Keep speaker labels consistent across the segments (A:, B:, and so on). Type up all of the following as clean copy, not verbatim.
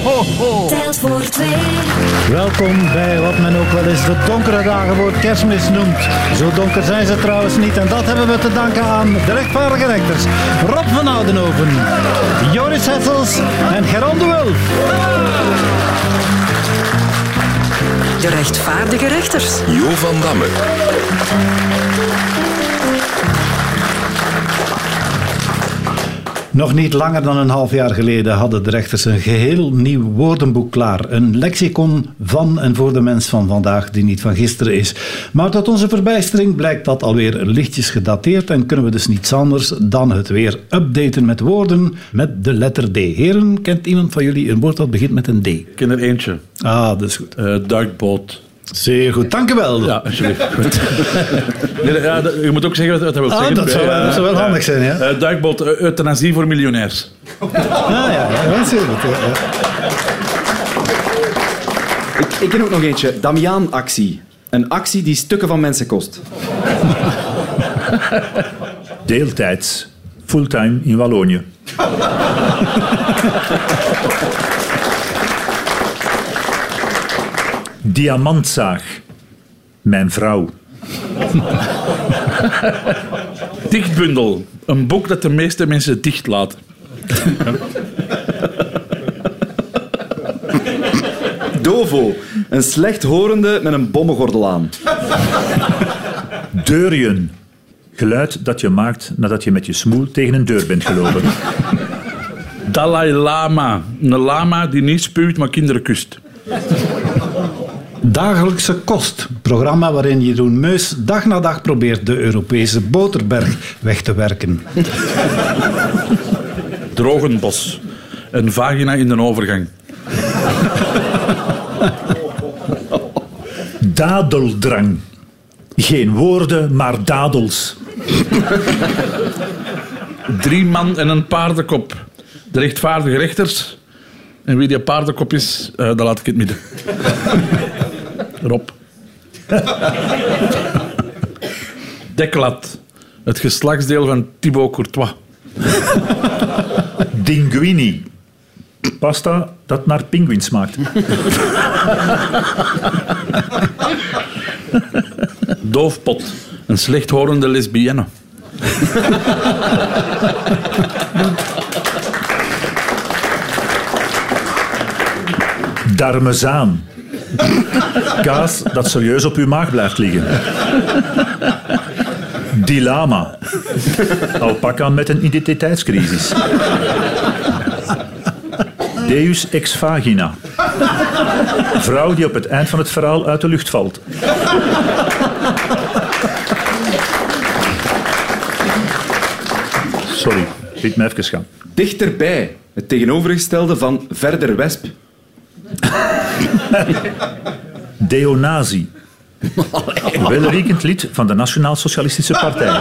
A: ho, ho.
B: Telt voor twee.
A: Welkom bij wat men ook wel eens de donkere dagen voor Kerstmis noemt. Zo donker zijn ze trouwens niet. En dat hebben we te danken aan de rechtvaardige rechters. Rob van Oudenhoven, Joris Hessels en Geron de Wulf.
C: De rechtvaardige rechters.
D: Jo van Damme.
A: Nog niet langer dan een half jaar geleden hadden de rechters een geheel nieuw woordenboek klaar. Een lexicon van en voor de mens van vandaag die niet van gisteren is. Maar tot onze verbijstering blijkt dat alweer lichtjes gedateerd en kunnen we dus niets anders dan het weer updaten met woorden met de letter D. Heren, kent iemand van jullie een woord dat begint met een D?
E: Ik ken er eentje.
A: Ah, dat is goed.
E: Duikboot.
A: Zeer goed, dank u wel.
E: Ja, alsjeblieft. Ja, je moet ook zeggen wat hij wil zeggen.
A: Dat zou wel handig zijn, ja.
E: Duikboot, euthanasie voor miljonairs.
A: Ja, zeer goed. Ja.
F: Ik ken ook nog eentje. Damiaan-actie. Een actie die stukken van mensen kost.
G: Deeltijds. Fulltime in Wallonië. Diamantzaag. Mijn vrouw.
E: Dichtbundel. Een boek dat de meeste mensen dicht laten.
F: Dovo. Een slechthorende met een bommengordel aan.
G: Deurjen. Geluid dat je maakt nadat je met je smoel tegen een deur bent gelopen.
E: Dalai Lama. Een lama die niet spuwt, maar kinderen kust.
A: Dagelijkse kost. Programma waarin Jeroen Meus dag na dag probeert de Europese boterberg weg te werken.
E: Drogenbos. Een vagina in de overgang.
G: Dadeldrang. Geen woorden, maar dadels.
E: 3 man en een paardenkop. De rechtvaardige rechters. En wie die paardenkop is, dat laat ik in het midden. Rob. Deklat. Het geslachtsdeel van Thibaut Courtois.
G: Dinguini. Pasta dat naar pinguïn smaakt.
E: Doofpot. Een slechthorende lesbienne.
G: Darmezaan. Kaas dat serieus op uw maag blijft liggen. Dilemma. Alpaca met een identiteitscrisis. Deus ex vagina. Vrouw die op het eind van het verhaal uit de lucht valt. Sorry, liet me even gaan.
F: Dichterbij. Het tegenovergestelde van verder wesp.
G: Deonazi. Welriekend lid van de Nationaal Socialistische Partij.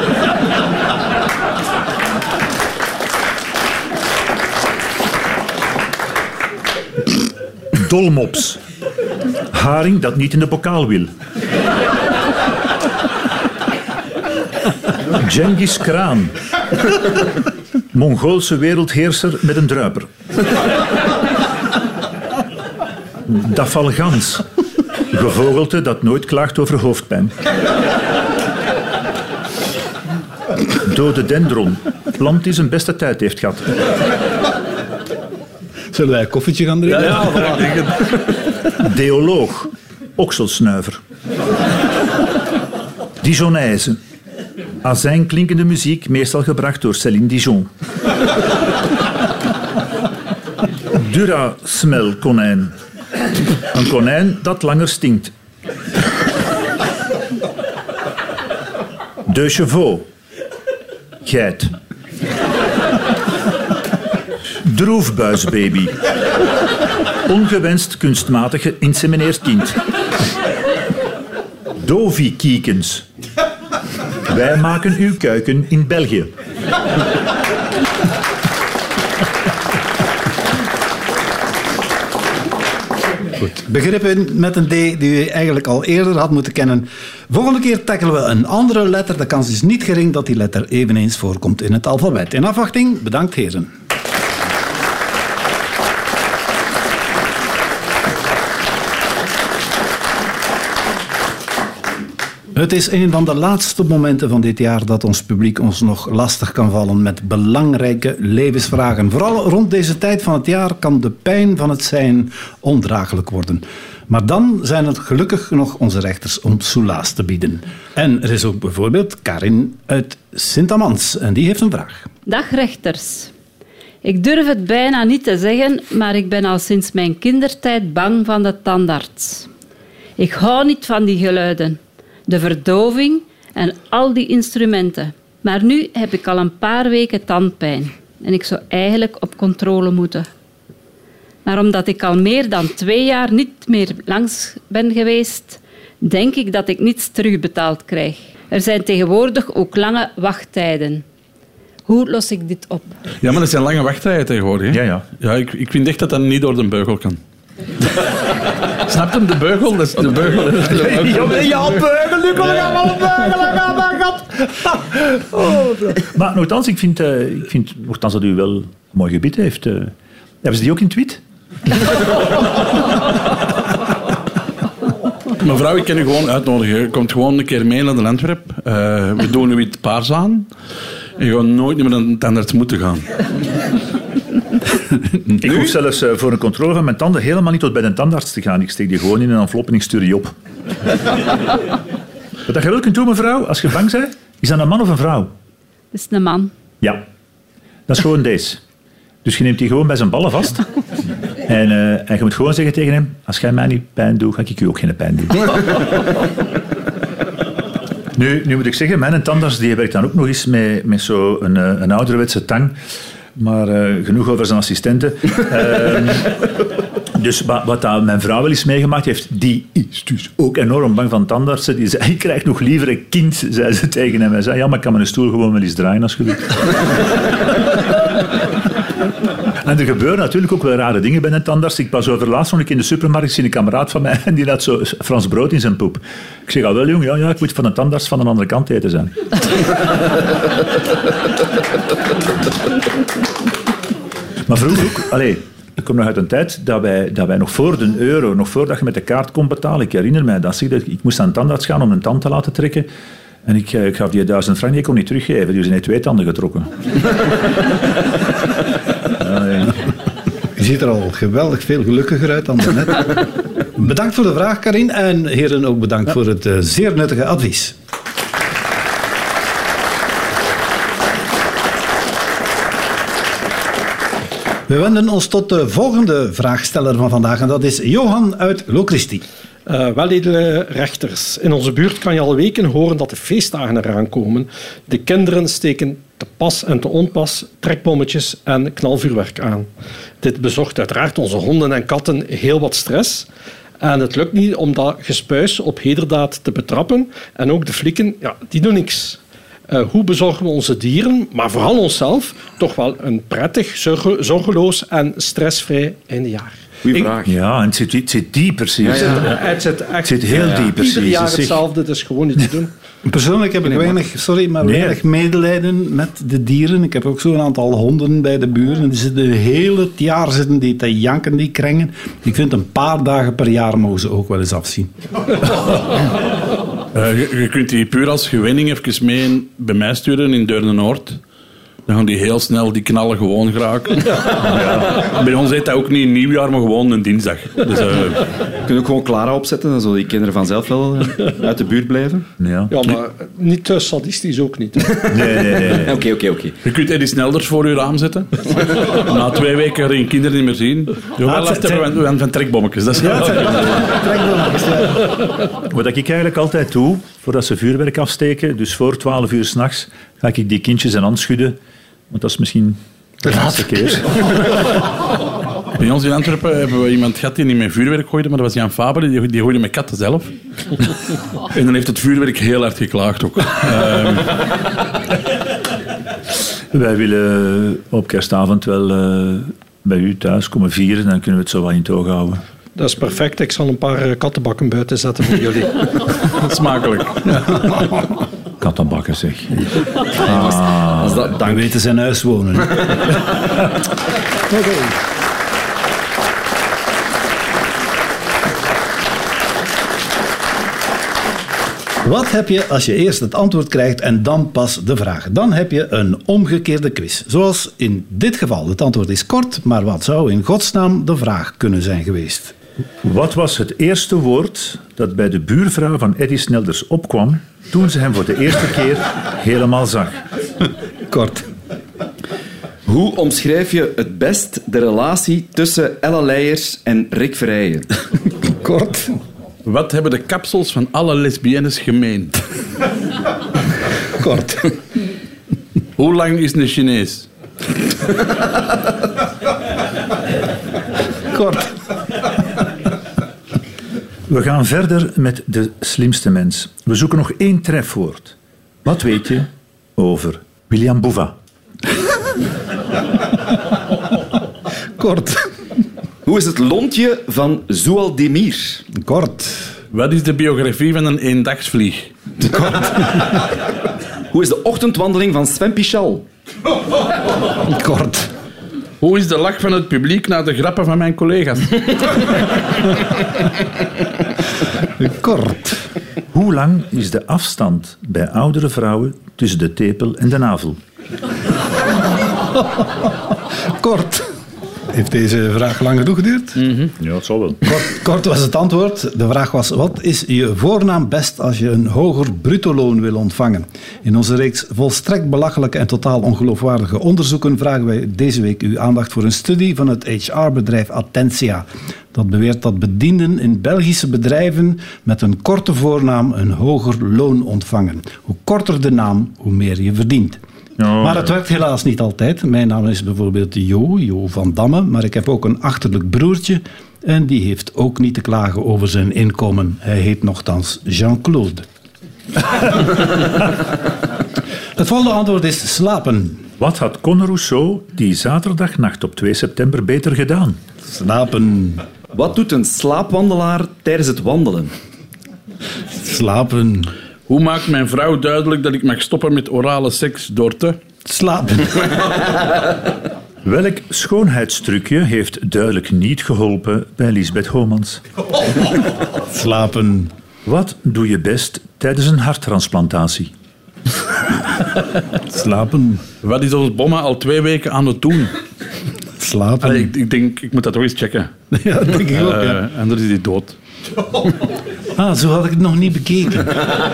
G: Dolmops. Haring dat niet in de bokaal wil. Genghis Kraan. Mongoolse wereldheerser met een druiper. Dafalgans. Gevogelte dat nooit klaagt over hoofdpijn. Dodendron. Plant die zijn beste tijd heeft gehad.
A: Zullen wij een koffietje gaan drinken?
E: Ja,
G: Deoloog. Okselsnuiver. Dijonaise. Azijnklinkende muziek, meestal gebracht door Céline Dijon. Duracell konijn. Een konijn dat langer stinkt. De chevaux. Geit. Droefbuisbaby. Ongewenst kunstmatig geïnsemineerd kind. Dovi-kiekens. Wij maken uw kuiken in België.
A: Goed. Begrippen met een D die u eigenlijk al eerder had moeten kennen. Volgende keer tackelen we een andere letter. De kans is niet gering dat die letter eveneens voorkomt in het alfabet. In afwachting, bedankt heren. Het is een van de laatste momenten van dit jaar dat ons publiek ons nog lastig kan vallen met belangrijke levensvragen. Vooral rond deze tijd van het jaar kan de pijn van het zijn ondraaglijk worden. Maar dan zijn het gelukkig nog onze rechters om soelaas te bieden. En er is ook bijvoorbeeld Karin uit Sint-Amans en die heeft een vraag.
B: Dag rechters. Ik durf het bijna niet te zeggen, maar ik ben al sinds mijn kindertijd bang van de tandarts. Ik hou niet van die geluiden, de verdoving en al die instrumenten. Maar nu heb ik al een paar weken tandpijn en ik zou eigenlijk op controle moeten. Maar omdat ik al meer dan 2 jaar niet meer langs ben geweest, denk ik dat ik niets terugbetaald krijg. Er zijn tegenwoordig ook lange wachttijden. Hoe los ik dit op?
E: Ja, maar dat zijn lange wachttijden tegenwoordig. Hè?
G: Ja.
E: Ik vind echt dat dat niet door de beugel kan. Snap je? De beugel? Dat is de beugel.
G: Ja, beugel, nu kom ik allemaal op beugel. Maar nogthans, ik vind nogthans dat u wel een mooi gebied heeft. Hebben ze die ook in tweet?
E: Mevrouw, ik kan u gewoon uitnodigen. Je komt gewoon een keer mee naar de Antwerp. We doen u iets paars aan. En je gaat nooit meer naar een tandarts moeten gaan.
G: Ik hoef zelfs voor een controle van mijn tanden helemaal niet tot bij de tandarts te gaan. Ik steek die gewoon in een envelop en ik stuur die op. Wat je wel kunt doen, mevrouw, als je bang bent, is dat een man of een vrouw?
B: Dat is een man.
G: Ja. Dat is gewoon deze. Dus je neemt die gewoon bij zijn ballen vast. En je moet gewoon zeggen tegen hem, als jij mij niet pijn doet, ga ik u ook geen pijn doen. Nu moet ik zeggen, mijn tandarts die werkt dan ook nog eens met zo'n ouderwetse tang. Maar genoeg over zijn assistenten. Dus wat mijn vrouw wel eens meegemaakt heeft, die is dus ook enorm bang van tandartsen. Die zei, ik krijg nog liever een kind, zei ze tegen hem. Hij zei, ja, maar ik kan mijn stoel gewoon wel eens draaien als je wilt. En er gebeuren natuurlijk ook wel rare dingen bij een tandarts. Ik was overlaatst nog in de supermarkt, zie een kameraad van mij en die had zo Frans brood in zijn poep. Ik zeg, wel jong, ja, ik moet van een tandarts van een andere kant eten zijn. Maar vroeger ook, ik kom nog uit een tijd dat wij nog voor de euro, nog voordat je met de kaart kon betalen, ik herinner mij dat, ik moest aan een tandarts gaan om een tand te laten trekken. En ik gaf die 1000 frank, die kon niet teruggeven. Dus hij heeft 2 tanden getrokken.
A: Je ziet er al geweldig veel gelukkiger uit dan daarnet. Bedankt voor de vraag, Karin. En heren, ook bedankt voor het zeer nuttige advies. We wenden ons tot de volgende vraagsteller van vandaag. En dat is Johan uit Locristi.
D: Weledele rechters, in onze buurt kan je al weken horen dat de feestdagen eraan komen. De kinderen steken te pas en te onpas trekbommetjes en knalvuurwerk aan. Dit bezorgt uiteraard onze honden en katten heel wat stress. En het lukt niet om dat gespuis op hederdaad te betrappen. En ook de flikken, ja, die doen niks. Hoe bezorgen we onze dieren, maar vooral onszelf, toch wel een prettig, zorgeloos en stressvrij eindejaar?
F: Goeie vraag.
G: Ja, en het zit diep precies.
D: Het
G: zit heel diep precies.
D: Ieder jaar hetzelfde, het is gewoon niet te doen.
A: Persoonlijk heb ik weinig medelijden met de dieren. Ik heb ook zo'n aantal honden bij de buren. Die zitten het hele jaar te janken, die krengen. Ik vind een paar dagen per jaar mogen ze ook wel eens afzien.
E: Je kunt die puur als gewenning even mee bij mij sturen in Deurne-Noord. Dan gaan die heel snel, die knallen gewoon geraken. Ja. Bij ons heet dat ook niet een nieuwjaar, maar gewoon een dinsdag. Dus,
F: je kunt ook gewoon Clara opzetten, dan zullen die kinderen vanzelf wel uit de buurt blijven.
D: Ja, maar niet te sadistisch ook niet.
F: Nee. Oké.
E: Je kunt Eddie Snelders voor je raam zetten. Na 2 weken ga je kinderen niet meer zien. Je wel last hebben van trekbommetjes. Dat is
A: trekbommetjes,
G: Wat ik eigenlijk altijd doe, voordat ze vuurwerk afsteken, dus voor 12 uur 's nachts, ga ik die kindjes een hand schudden. Want dat is misschien de laatste keer.
E: Bij ons in Antwerpen hebben we iemand gehad die niet met vuurwerk gooide, maar dat was Jan Faber, die gooide met katten zelf. En dan heeft het vuurwerk heel hard geklaagd ook.
G: Wij willen op kerstavond wel bij u thuis komen vieren, dan kunnen we het zo wat in het oog houden.
D: Dat is perfect. Ik zal een paar kattenbakken buiten zetten voor jullie.
E: Smakelijk.
G: Kattenbakken, zeg.
A: Dan weten ze in huis wonen. Oké. Wat heb je als je eerst het antwoord krijgt en dan pas de vraag? Dan heb je een omgekeerde quiz. Zoals in dit geval. Het antwoord is kort, maar wat zou in godsnaam de vraag kunnen zijn geweest?
G: Wat was het eerste woord dat bij de buurvrouw van Eddy Snelders opkwam toen ze hem voor de eerste keer helemaal zag?
A: Kort.
F: Hoe omschrijf je het best de relatie tussen Ella Leijers en Rick Verheijen?
A: Kort.
E: Wat hebben de kapsels van alle lesbiennes gemeen?
A: Kort.
E: Hoe lang is een Chinees?
A: Kort.
G: We gaan verder met de slimste mens. We zoeken nog 1 trefwoord. Wat weet je over William Bouva?
A: Kort.
F: Hoe is het lontje van Zoualdemir?
A: Kort.
E: Wat is de biografie van een eendagsvlieg?
F: Hoe is de ochtendwandeling van Sven Pichal?
A: Kort.
E: Hoe is de lach van het publiek na de grappen van mijn collega's?
A: Kort.
G: Hoe lang is de afstand bij oudere vrouwen tussen de tepel en de navel?
A: Kort. Heeft deze vraag lang genoeg geduurd?
G: Ja, het zal wel.
A: Kort was het antwoord. De vraag was, wat is je voornaam best als je een hoger bruto-loon wil ontvangen? In onze reeks volstrekt belachelijke en totaal ongeloofwaardige onderzoeken vragen wij deze week uw aandacht voor een studie van het HR-bedrijf Attentia. Dat beweert dat bedienden in Belgische bedrijven met een korte voornaam een hoger loon ontvangen. Hoe korter de naam, hoe meer je verdient. Maar het werkt helaas niet altijd. Mijn naam is bijvoorbeeld Jo van Damme, maar ik heb ook een achterlijk broertje en die heeft ook niet te klagen over zijn inkomen. Hij heet nochtans Jean-Claude. Het volgende antwoord is slapen.
G: Wat had Conor Rousseau die zaterdagnacht op 2 september beter gedaan?
A: Slapen.
F: Wat doet een slaapwandelaar tijdens het wandelen?
A: Slapen.
E: Hoe maakt mijn vrouw duidelijk dat ik mag stoppen met orale seks door te...
A: Slapen.
G: Welk schoonheidstrucje heeft duidelijk niet geholpen bij Lisbeth Homans?
A: Slapen.
G: Wat doe je best tijdens een harttransplantatie?
A: Slapen.
E: Wat is ons bomma al 2 weken aan het doen?
A: Slapen.
E: Allee, ik denk, ik moet dat toch eens checken.
A: Ja, dat denk ik ook, ja.
E: Anders is hij dood.
A: Zo had ik het nog niet bekeken.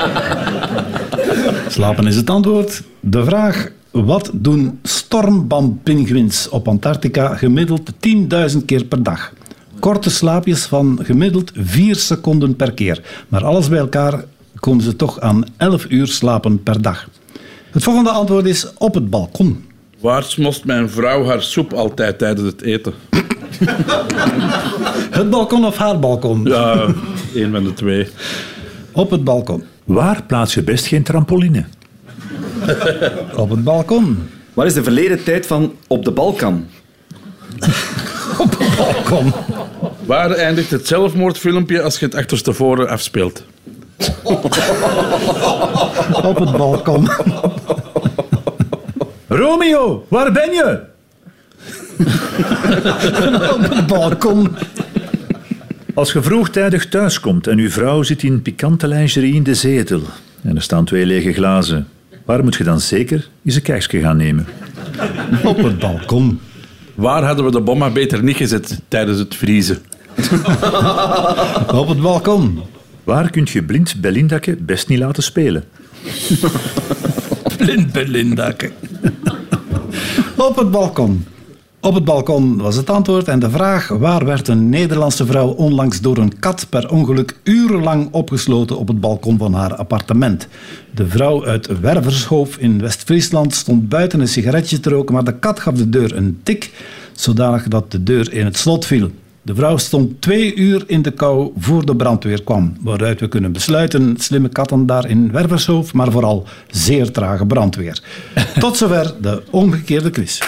A: Slapen is het antwoord. De vraag, wat doen stormbampinguïns op Antarctica gemiddeld 10.000 keer per dag? Korte slaapjes van gemiddeld 4 seconden per keer. Maar alles bij elkaar komen ze toch aan 11 uur slapen per dag. Het volgende antwoord is op het balkon.
E: Waar smost mijn vrouw haar soep altijd tijdens het eten?
A: Het balkon of haar balkon?
E: Ja, 1 van de 2.
A: Op het balkon.
G: Waar plaats je best geen trampoline?
A: Op het balkon.
F: Wat is de verleden tijd van op de Balkan?
A: Op het balkon.
E: Waar eindigt het zelfmoordfilmpje als je het achterstevoren afspeelt?
A: Op het balkon.
G: Romeo, waar ben je?
A: Op het balkon.
G: Als je vroegtijdig thuiskomt en uw vrouw zit in pikante lingerie in de zetel en er staan 2 lege glazen, waar moet je dan zeker eens een kijkje gaan nemen?
A: Op het balkon.
E: Waar hadden we de bomma beter niet gezet tijdens het vriezen?
A: Op het balkon.
G: Waar kun je blind Belindake best niet laten spelen?
A: Blind Belindake. Op het balkon. Op het balkon was het antwoord en de vraag, waar werd een Nederlandse vrouw onlangs door een kat per ongeluk urenlang opgesloten op het balkon van haar appartement? De vrouw uit Wervershoof in West-Friesland stond buiten een sigaretje te roken, maar de kat gaf de deur een tik, zodanig dat de deur in het slot viel. De vrouw stond 2 uur in de kou voor de brandweer kwam, waaruit we kunnen besluiten, slimme katten daar in Wervershoof, maar vooral zeer trage brandweer. Tot zover de omgekeerde quiz.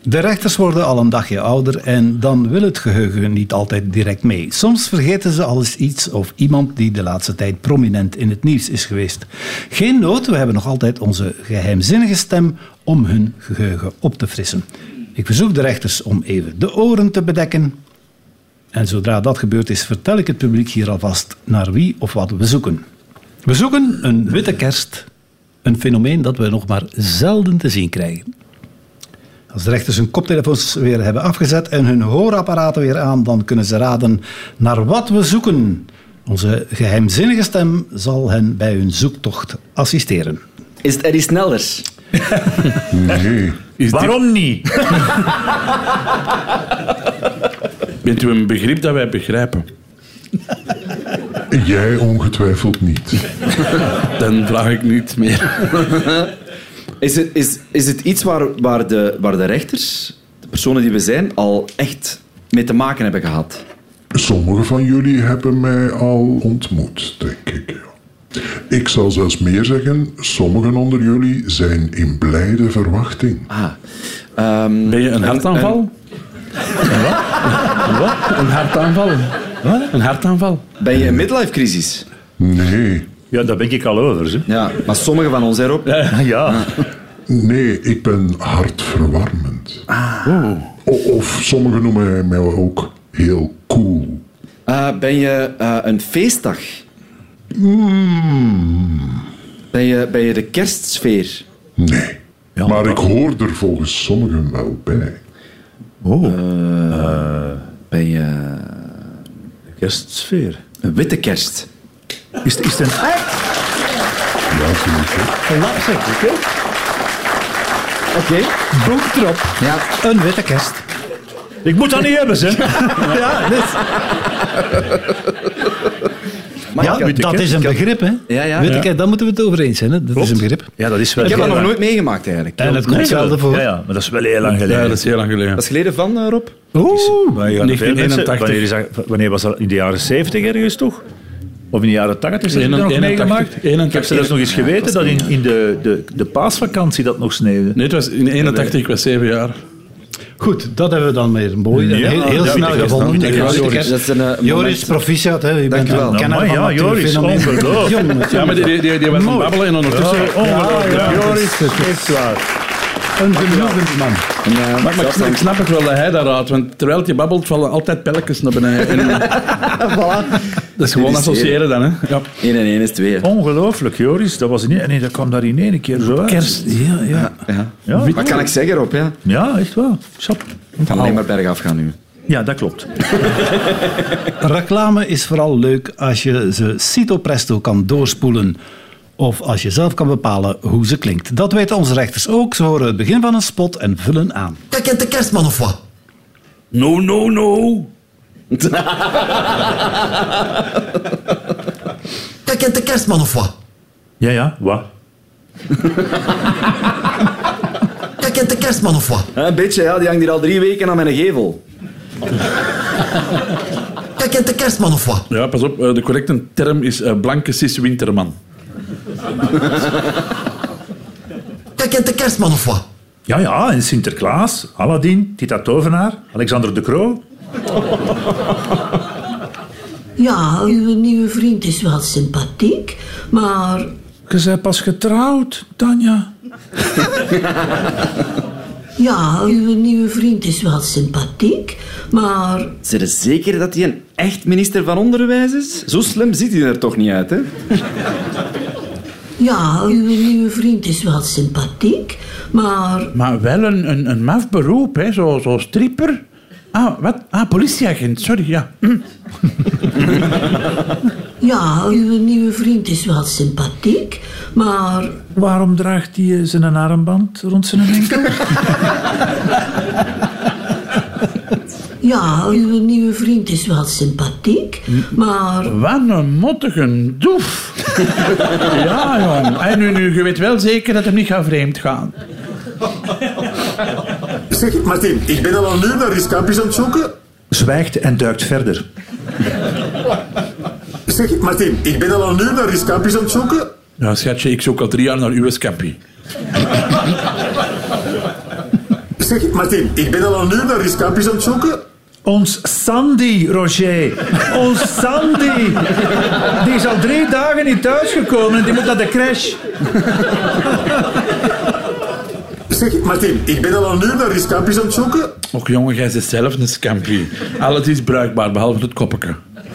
A: De rechters worden al een dagje ouder en dan wil het geheugen niet altijd direct mee. Soms vergeten ze al eens iets of iemand die de laatste tijd prominent in het nieuws is geweest. Geen nood, we hebben nog altijd onze geheimzinnige stem om hun geheugen op te frissen. Ik verzoek de rechters om even de oren te bedekken. En zodra dat gebeurd is, vertel ik het publiek hier alvast naar wie of wat we zoeken. We zoeken een witte kerst, een fenomeen dat we nog maar zelden te zien krijgen. Als de rechters hun koptelefoons weer hebben afgezet en hun hoorapparaten weer aan, dan kunnen ze raden naar wat we zoeken. Onze geheimzinnige stem zal hen bij hun zoektocht assisteren.
F: Is het Eddie Snelders?
H: Nee.
G: Waarom niet?
E: Bent u een begrip dat wij begrijpen?
H: Jij ongetwijfeld niet.
E: Dan vraag ik niet meer.
F: Is het iets waar de rechters, de personen die we zijn, al echt mee te maken hebben gehad?
H: Sommigen van jullie hebben mij al ontmoet, denk ik. Ja. Ik zal zelfs meer zeggen, sommigen onder jullie zijn in blijde verwachting.
E: Ben je een hartaanval? Wat? Een hartaanval? Wat? Een hartaanval?
F: Ben je een midlife-crisis?
H: Nee,
G: Ja, daar ben ik al over. Hè.
F: Ja, maar sommigen van ons erop.
G: Ja.
H: nee, ik ben hartverwarmend. Of sommigen noemen mij ook heel cool.
F: Ben je een feestdag? Ben je de kerstsfeer?
H: Nee,
G: Ja,
H: maar ik hoor er volgens sommigen wel bij.
F: Ben je
G: Kerstsfeer.
F: een witte kerst?
G: Is het een...
H: Ja, zoiets, hè.
F: Oké.
A: Boek erop.
F: Ja.
A: Een witte kerst.
G: Ik moet dat niet hebben, hè.
A: Ja, dat is een begrip, hè?
F: Ja.
A: Witte kerst, daar moeten we het over eens zijn. Hè? Dat is een begrip.
G: Ja, dat is wel...
F: Ik heb dat
G: heel
F: nog
G: lang.
F: nooit meegemaakt eigenlijk.
A: En het komt zelden voor.
G: Ja, maar dat is wel heel lang geleden.
E: Ja, dat is heel lang geleden.
F: Dat is geleden van, Rob?
G: Wanneer
E: 1981.
G: Wanneer was dat? In de jaren 70 ergens, toch? Of in de jaren 80 is dat nog
E: 81.
G: meegemaakt? Ik heb zelfs nog eens geweten dat in de paasvakantie dat nog sneeuwde.
E: Nee, het was in 81, ik was 7 jaar.
A: Goed, dat hebben we dan weer mooi.
G: Ja,
A: heel
G: ja,
A: snel
G: witte kerst,
A: gevonden.
G: witte kerst.
A: Witte kerst.
F: Dat is een moment.
A: Joris, proficiat. Hè. Je bent
F: Dankjewel.
A: een kenner
G: Amai,
A: van
G: ja, Joris,
A: natuurfenomenen.
G: ongelooflijk.
A: Jongens,
E: Ja, maar die was aan het babbelen en ondertussen...
G: Ongelooflijk.
A: ja,
G: Joris, echt waar.
A: een genoegend man.
E: Maar ik snap het wel dat hij dat raadt, want terwijl je babbelt vallen altijd pelletjes naar beneden. Dat is gewoon associëren dan, hè. Ja.
F: 1 en 1 is 2.
G: Ongelooflijk, Joris. Dat was niet... Nee, dat kwam daar in één keer zo uit.
A: Kerst, ja.
G: Ja,
F: Wat kan ik zeggen, Rob? Ja?
G: ja echt waar. Schap.
F: Ik kan alleen maar bergaf gaan nu.
G: Ja, dat klopt.
A: Reclame is vooral leuk als je ze cito presto kan doorspoelen. Of als je zelf kan bepalen hoe ze klinkt. Dat weten onze rechters ook. Ze horen het begin van een spot en vullen aan.
I: Kijk, kent de kerstman of wat?
E: No.
I: Kijk, kent de kerstman of wat?
G: Ja, wat?
I: Kijk, kent de kerstman of wat?
F: Een beetje, ja. Die hangt hier al 3 weken aan mijn gevel.
I: Kijk, kent de kerstman of wat?
E: Ja, pas op, de correcte term is blanke cis winterman.
I: Kijk, kent de kerstman of wat?
G: Ja, en Sinterklaas, Aladdin, Tita Tovenaar, Alexander de Croo.
J: Ja, uw nieuwe vriend is wel sympathiek, maar...
G: Je bent pas getrouwd, Tanja.
J: Ja, uw nieuwe vriend is wel sympathiek, maar...
F: Zijn er zeker dat hij een echt minister van Onderwijs is? Zo slim ziet hij er toch niet uit, hè?
J: Ja, uw nieuwe vriend is wel sympathiek, maar...
E: Maar wel een maf beroep, hè, zo stripper. Wat? Politieagent, sorry, ja.
J: Ja, uw nieuwe vriend is wel sympathiek, maar...
G: Waarom draagt hij zijn armband rond zijn enkel?
J: Ja, uw nieuwe vriend is wel sympathiek, maar...
E: Wat een mottige doef. Ja, jong. En nu, je weet wel zeker dat hij niet gaat vreemd gaan.
K: Zeg, Martin, ik ben al een uur naar Riscampis aan het zoeken.
G: Zwijgt en duikt verder.
K: Zeg, Martin, ik ben al een uur naar Riscampis aan het zoeken.
E: Ja, schatje, ik zoek al 3 jaar naar uw scampie.
K: Zeg, Martin, ik ben al een uur naar die scampjes aan het zoeken.
G: Ons Sandy, Roger. Ons Sandy. Die is al 3 dagen niet thuisgekomen en die moet naar de crash.
K: Zeg, Martin, ik ben al een uur naar die scampjes aan het zoeken.
E: Och jongen, jij bent zelf een scampie. Alles is bruikbaar, behalve het koppetje.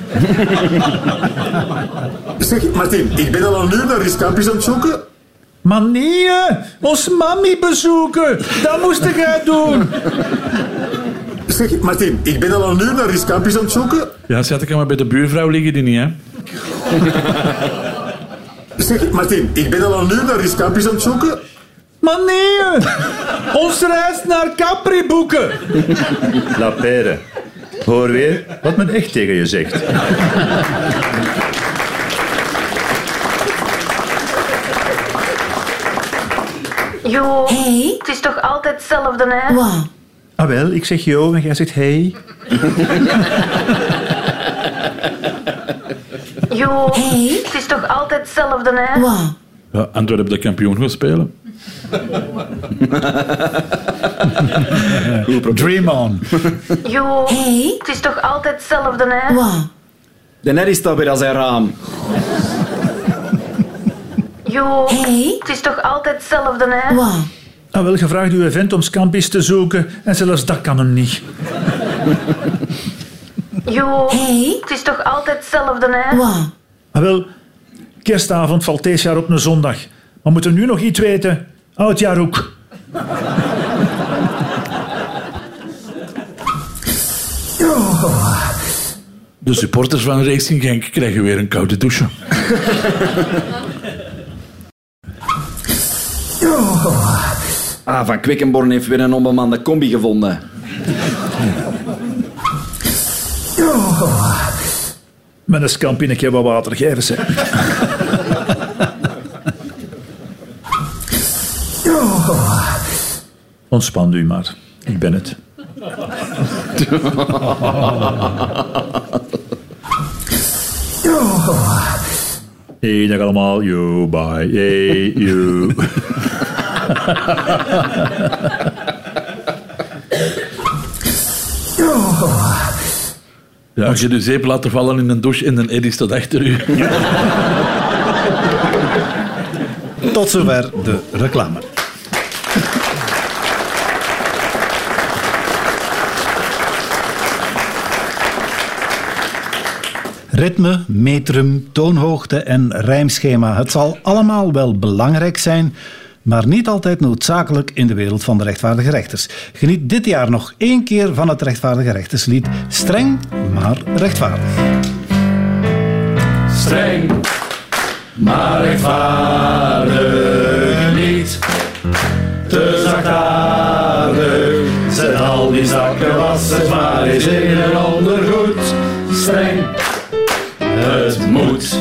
K: Zeg, Martin, ik ben al een uur naar die scampjes aan het zoeken.
G: Maar nee, ons mami bezoeken. Dat moest jij doen.
K: Zeg, Martin, ik ben al een uur naar die scampjes aan het zoeken.
E: Ja, schat, ik kan maar bij de buurvrouw liggen die niet, hè.
K: Zeg, Martin, ik ben al een uur naar die scampjes aan het zoeken.
G: Maar nee, ons reis naar Capri boeken. La Pere. Hoor weer wat men echt tegen je zegt.
L: Jo,
J: Hey?
L: het is toch altijd hetzelfde, hè?
J: Wat?
G: Ah wel, ik zeg jo en jij zegt hey.
L: Jo,
J: Hey?
L: het is toch altijd hetzelfde, hè?
J: Wat?
E: Ja, Antwerpen de kampioen gaan spelen.
A: Dream on.
L: Jo,
J: Hey?
L: het is toch altijd hetzelfde, hè?
J: Wat?
F: De Neddy staat weer aan zijn raam.
L: Jo,
J: Hey?
L: het is toch altijd hetzelfde, hè?
J: Wat?
G: Ah wel, gevraagd uw vent om scampi's te zoeken en zelfs dat kan hem niet.
L: Jo,
J: Hey?
L: het is toch altijd hetzelfde, hè?
J: Wat?
G: Ah wel, kerstavond valt deze jaar op een zondag. Maar moeten we nu nog iets weten? Oudjaar ook.
E: De supporters van Racing Genk krijgen weer een koude douche.
F: Ah, Van Quickenborn heeft weer een onbemande combi gevonden.
G: Met een scampi en ik heb wat water geven, ze. Ontspan u maar. Ik ben het. Hey, dag allemaal. Yo, bye. Hey, you.
E: Ja, als je de zeep laat vallen in een douche en een eddy staat achter u.
A: Tot zover de reclame. Ritme, metrum, toonhoogte en rijmschema. Het zal allemaal wel belangrijk zijn, maar niet altijd noodzakelijk in de wereld van de rechtvaardige rechters. Geniet dit jaar nog 1 keer van het rechtvaardige rechterslied. Streng, maar rechtvaardig.
M: Streng, maar rechtvaardig niet. Te zachtaardig, zet al die zakken wassen maar eens in een ondergoed. Streng, het moet.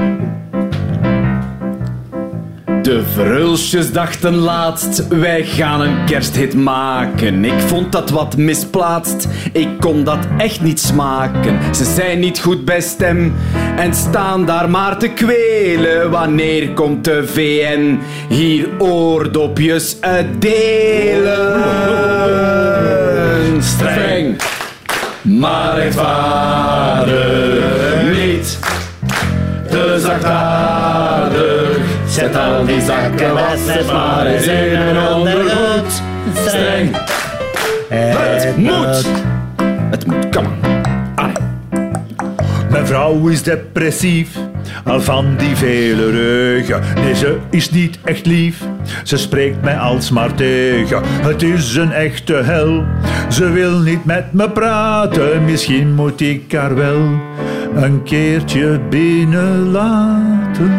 F: De Verhulsjes dachten laatst, wij gaan een kersthit maken. Ik vond dat wat misplaatst, ik kon dat echt niet smaken. Ze zijn niet goed bij stem en staan daar maar te kwelen. Wanneer komt de VN hier oordopjes uitdelen? Streng,
M: Maar rechtvaardig niet. Te zachtaardig, zet al die zakken wassen maar eens in een ondergoed. Streng, het moet.
F: Het moet, kom maar.
G: Mijn vrouw is depressief, al van die vele reugen. Nee, ze is niet echt lief, ze spreekt mij alsmaar tegen. Het is een echte hel, ze wil niet met me praten. Misschien moet ik haar wel een keertje binnenlaten.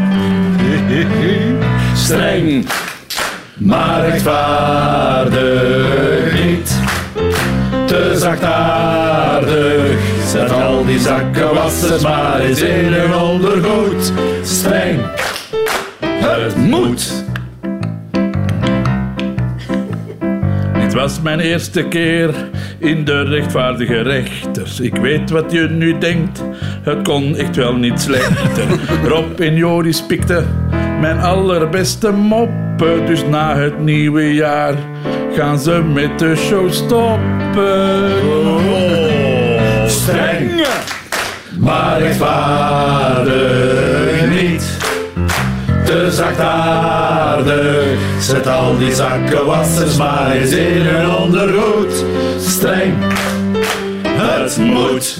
M: Streng, maar rechtvaardig niet. Te zachtaardig, zet al die zakken wassen maar eens in een ondergoed. Streng, het moet.
E: Dit was mijn eerste keer in de rechtvaardige rechters. Ik weet wat je nu denkt, het kon echt wel niet slechter. Rob en Joris pikten mijn allerbeste moppen. Dus na het nieuwe jaar gaan ze met de show stoppen.
M: Streng, maar rechtvaardig niet. Te zachtaardig, zet al die zakkenwassers maar eens in hun ondergoed. Streng, het moet.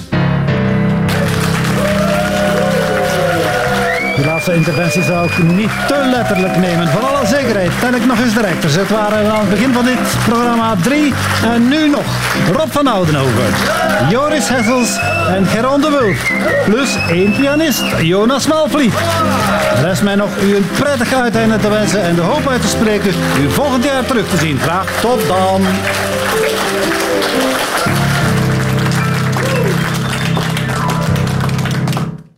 A: De laatste interventie zou ik niet te letterlijk nemen. Voor alle zekerheid tel ik nog eens de rechters. Het waren aan het begin van dit programma 3 en nu nog Rob van Oudenhoven, Joris Hessels en Geron de Wulf. Plus 1 pianist, Jonas Malvliet. Rest mij nog u een prettig uiteinde te wensen en de hoop uit te spreken u volgend jaar terug te zien. Graag tot dan.